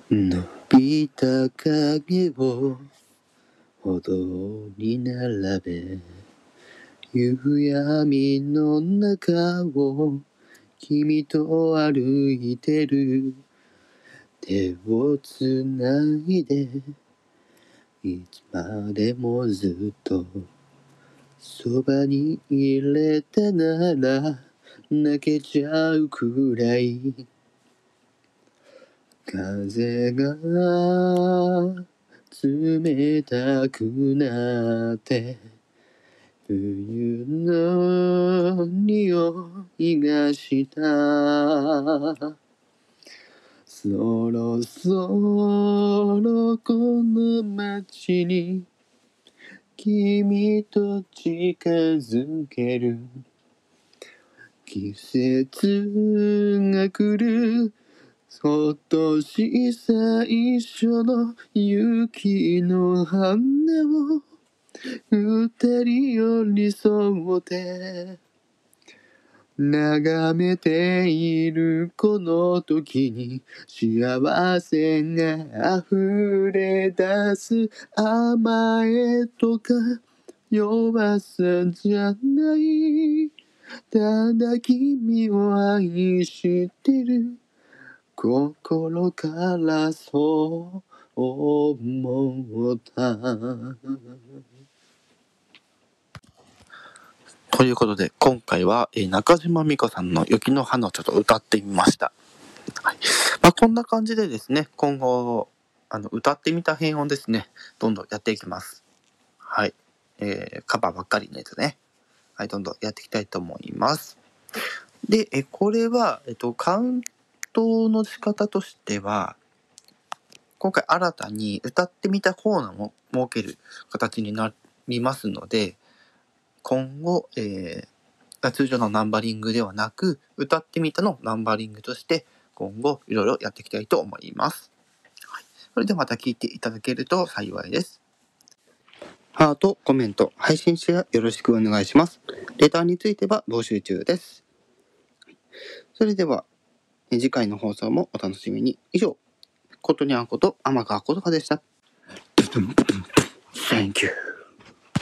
伸びた影を歩道に並べ、夕闇の中を君と歩いてる。手をつないでいつまでもずっとそばにいれたなら泣けちゃうくらい。風が冷たくなって冬の匂いがした。そろそろこの街に君と近づける。季節が来る今年最初の雪の花を二人寄り添って眺めているこの時に幸せが溢れ出す。甘えとか弱さじゃない、ただ君を愛してる心からそう思った。ということで今回は中島美嘉さんの雪の花をちょっと歌ってみました。はい。こんな感じでですね、今後歌ってみた編をですね、どんどんやっていきます。はい。カバーばっかりのやつね。はい、どんどんやっていきたいと思います。で、これはカウントの仕方としては、今回新たに歌ってみたコーナーも設ける形になりますので、今後、通常のナンバリングではなく、歌ってみたのナンバリングとして、今後いろいろやっていきたいと思います。はい、それではまた聞いていただけると幸いです。ハート、コメント、配信シェアよろしくお願いします。レターについては募集中です。それでは、次回の放送もお楽しみに。以上、ことにゃんこと天川ことかでした。Thank you.